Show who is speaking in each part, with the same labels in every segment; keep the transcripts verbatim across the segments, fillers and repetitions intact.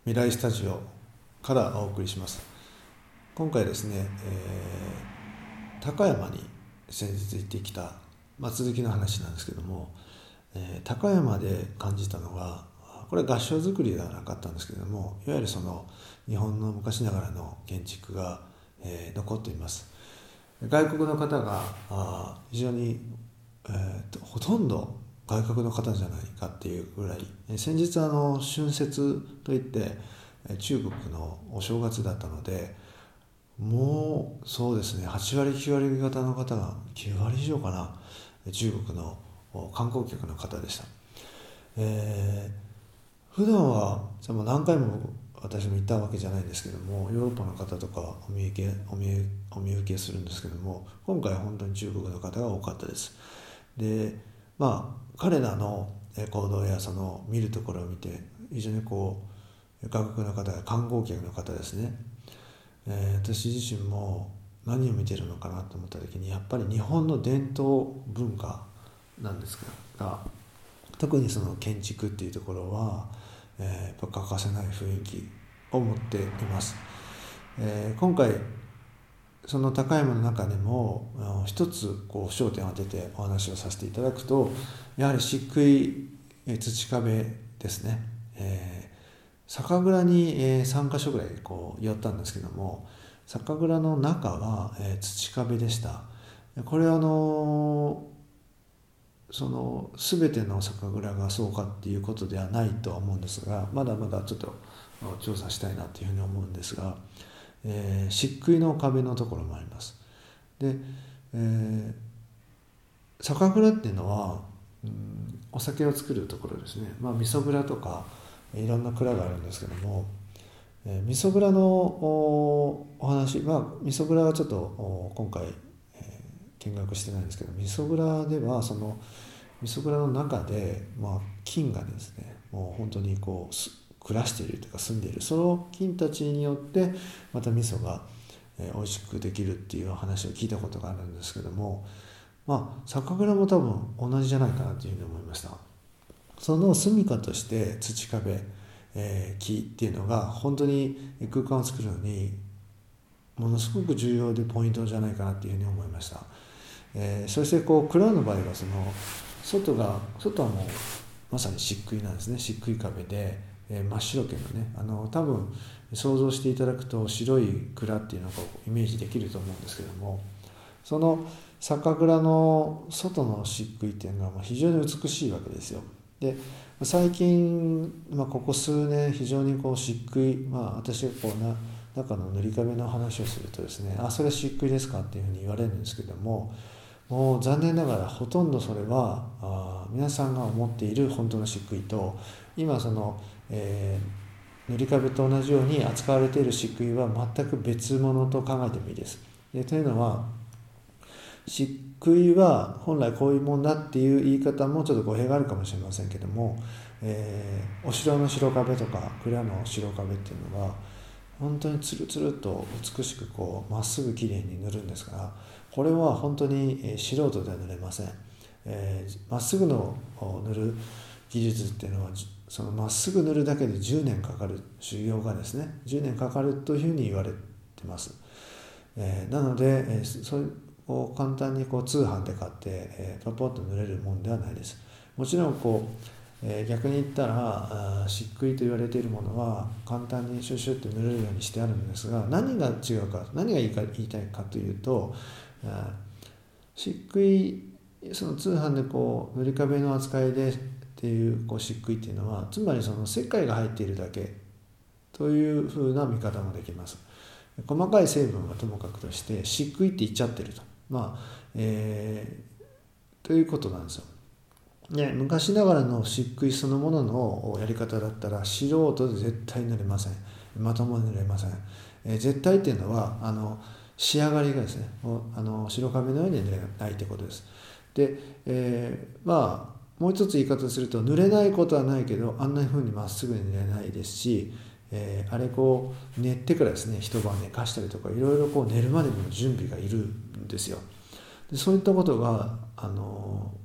Speaker 1: 未来スタジオからお送りします。今回ですね、えー、高山に先日行ってきた、まあ、続きの話なんですけども、えー、高山で感じたのが、これは合掌造りではなかったんですけども、いわゆるその日本の昔ながらの建築が、えー、残っています。外国の方があ非常に、えーと、ほとんど外国の方じゃないかっていうぐらい、先日あの春節といって中国のお正月だったので、もうそうですねはち割きゅう割方の方がきゅう割以上かな、中国の観光客の方でした。えー、普段はじゃもう何回も私も行ったわけじゃないんですけども、ヨーロッパの方とかお見受けお見お見受けするんですけども、今回は本当に中国の方が多かったです。でまあ彼らの行動やその見るところを見て、非常にこう外国の方や観光客の方ですね、えー、私自身も何を見てるのかなと思った時に、やっぱり日本の伝統文化なんですが、特にその建築っていうところは、えー、やっぱ欠かせない雰囲気を持っています。えー、今回その高山の中でも一つこう焦点を当ててお話をさせていただくと、やはり漆喰土壁ですね。えー、酒蔵にさんかしょぐらいこう寄ったんですけども、酒蔵の中は土壁でした。これはあのその全ての酒蔵がそうかっていうことではないとは思うんですが、まだまだちょっと調査したいなというふうに思うんですが、えー、漆喰の壁のところもあります。で、えー、酒蔵っていうのは、うん、お酒を作るところですね。まあ味噌蔵とかいろんな蔵があるんですけども、えー、味噌蔵の お, お話、まあ味噌蔵はちょっと今回、えー、見学してないんですけど、味噌蔵ではその味噌蔵の中で、まあ、菌がですね、もう本当にこう暮らしているというか住んでいる、その菌たちによってまた味噌が、えー、美味しくできるっていう話を聞いたことがあるんですけども、まあ酒蔵も多分同じじゃないかなというふうに思いました。その住処として土壁、えー、木っていうのが本当に空間を作るのにものすごく重要でポイントじゃないかなというふうに思いました。えー、そしてこう蔵の場合はその外が外はもうまさに漆喰なんですね。漆喰壁で、えー、真っ白けのね、あの多分想像していただくと白い蔵っていうのがイメージできると思うんですけども、その酒蔵の外の漆喰っていうのは非常に美しいわけですよ。で最近、まあ、ここ数年非常にこう漆喰、まあ、私がこうな中の塗り壁の話をするとですね、あそれは漆喰ですかっていうふうに言われるんですけども、もう残念ながらほとんどそれはあ皆さんが思っている本当の漆喰と、今その、えー、塗り壁と同じように扱われている漆喰は全く別物と考えてもいいです。でというのは、漆喰は本来こういうもんだっていう言い方もちょっと語弊があるかもしれませんけども、えー、お城の白壁とか蔵の白壁っていうのは本当につるつるっと美しくこうまっすぐきれいに塗るんですから、これは本当に素人では塗れません。えー、まっすぐの塗る技術っていうのはそのまっすぐ塗るだけでじゅうねんかかる、修行がですねじゅうねんかかるというふうに言われてます。えー、なので、えー、そういうこう簡単にこう通販で買って、えー、パポッと塗れるもんではないです。もちろんこうえー、逆に言ったら漆喰と言われているものは簡単にシュッシュッと塗れるようにしてあるんですが、何が違うか、何が言いか言いたいかというと、漆喰、その通販でこう塗り壁の扱いでっていうこう漆喰っていうのは、つまりその石灰が入っているだけというふうな見方もできます。細かい成分はともかくとして漆喰って言っちゃってると、まあえー、ということなんですよ。ね、昔ながらの漆喰そのもののやり方だったら素人で絶対塗れません。まともに塗れません。えー、絶対っていうのはあの仕上がりがですね、あの白壁のように塗れないってことです。で、えー、まあもう一つ言い方すると、塗れないことはないけどあんなふうにまっすぐに塗れないですし、えー、あれこう練ってからですね一晩寝かしたりとかいろいろこう練るまでの準備がいるんですよ。でそういったことがあの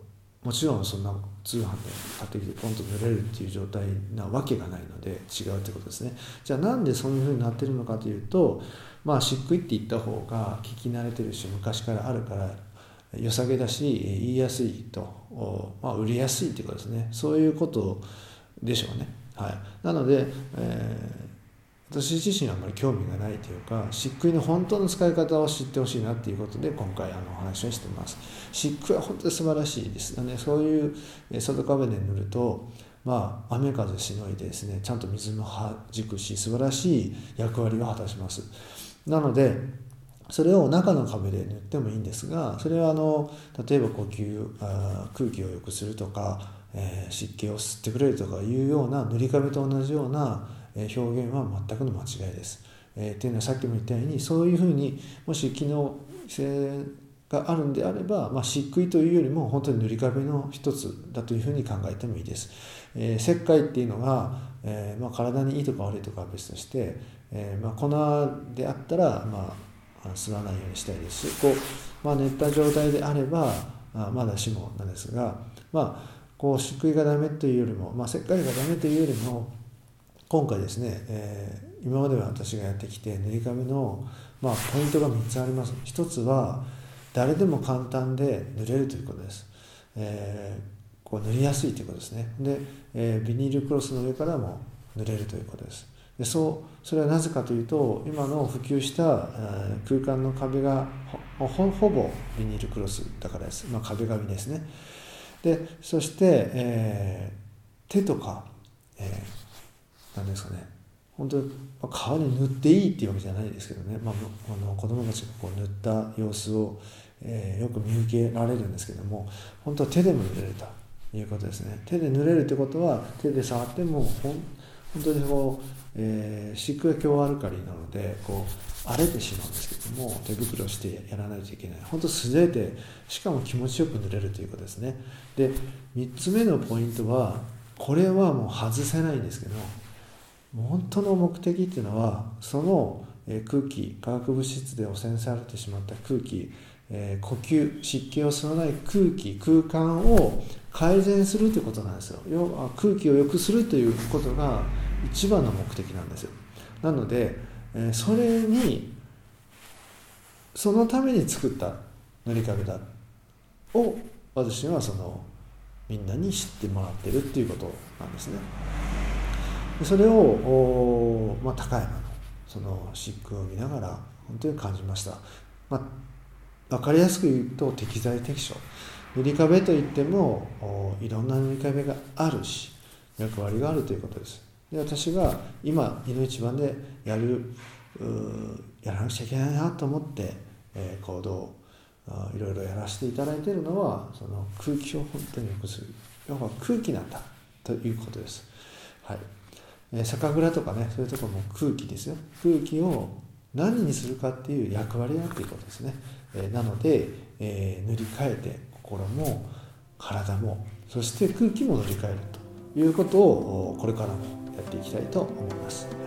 Speaker 1: もちろんそんな通販で買ってきてポンと塗れるっていう状態なわけがないので違うってことですね。じゃあなんでそういうふうになってるのかというと、まあ漆喰って言った方が聞き慣れてるし昔からあるから良さげだし言いやすいと、まあ、売りやすいということですね。そういうことでしょうね。はい、なので、えー私自身はあまり興味がないというか、漆喰の本当の使い方を知ってほしいなということで今回あのお話をしています。漆喰は本当に素晴らしいです。ね、そういう外壁で塗ると、まあ、雨風しのいでですね、ちゃんと水もはじくし素晴らしい役割を果たします。なのでそれを中の壁で塗ってもいいんですが、それはあの例えば呼吸あ空気を良くするとか、えー、湿気を吸ってくれるとかいうような塗り壁と同じような表現は全くの間違いです。えー、っていうのはさっきも言ったようにそういうふうにもし機能性があるんであれば、まあ、漆喰というよりも本当に塗り壁の一つだというふうに考えてもいいです。えー、石灰っていうのが、えーまあ、体にいいとか悪いとかは別として、えーまあ、粉であったら、まあ、吸わないようにしたいですし、こう、まあ、熱った状態であればあまだしもなんですが、まあ、こう漆喰がダメというよりも、まあ、石灰がダメというよりも今回ですね、えー、今までは私がやってきて塗り壁の、まあ、ポイントがみっつあります。ひとつは誰でも簡単で塗れるということです。えー、こう塗りやすいということですね。で、えー、ビニールクロスの上からも塗れるということです。でそうそれはなぜかというと今の普及した、えー、空間の壁が ほ, ほ, ほぼビニールクロスだからです。まあ、壁紙ですね。でそして、えー、手とか、えーなんですかね、本当に顔に塗っていいっていうわけじゃないですけどね、まあ、あの子供たちがこう塗った様子を、えー、よく見受けられるんですけども、本当は手でも塗れるということですね。手で塗れるってことは手で触ってもほん本当にこう、えー、漆喰は強アルカリなのでこう荒れてしまうんですけども、手袋してやらないといけない。本当素手でしかも気持ちよく塗れるということですね。でみっつめのポイントはこれはもう外せないんですけど、本当の目的っていうのはその空気、化学物質で汚染されてしまった空気、えー、呼吸、湿気を吸わない空気、空間を改善するということなんですよ。要は空気を良くするということが一番の目的なんですよ。なので、えー、それにそのために作った塗り壁だを私はそのみんなに知ってもらってるっていうことなんですね。それを、まあ、高山のその漆喰を見ながら本当に感じました。まあ、分かりやすく言うと適材適所。塗り壁といってもいろんな塗り壁があるし役割があるということです。で私が今いの一番でやるやらなくちゃいけないなと思って、えー、行動をいろいろやらせていただいているのはその空気を本当に良くする。要は空気なんだということです。はい。酒蔵とかね、そういうところも空気ですよ。空気を何にするかっていう役割だっていうことですね。えー、なので、えー、塗り替えて心も体もそして空気も塗り替えるということをこれからもやっていきたいと思います。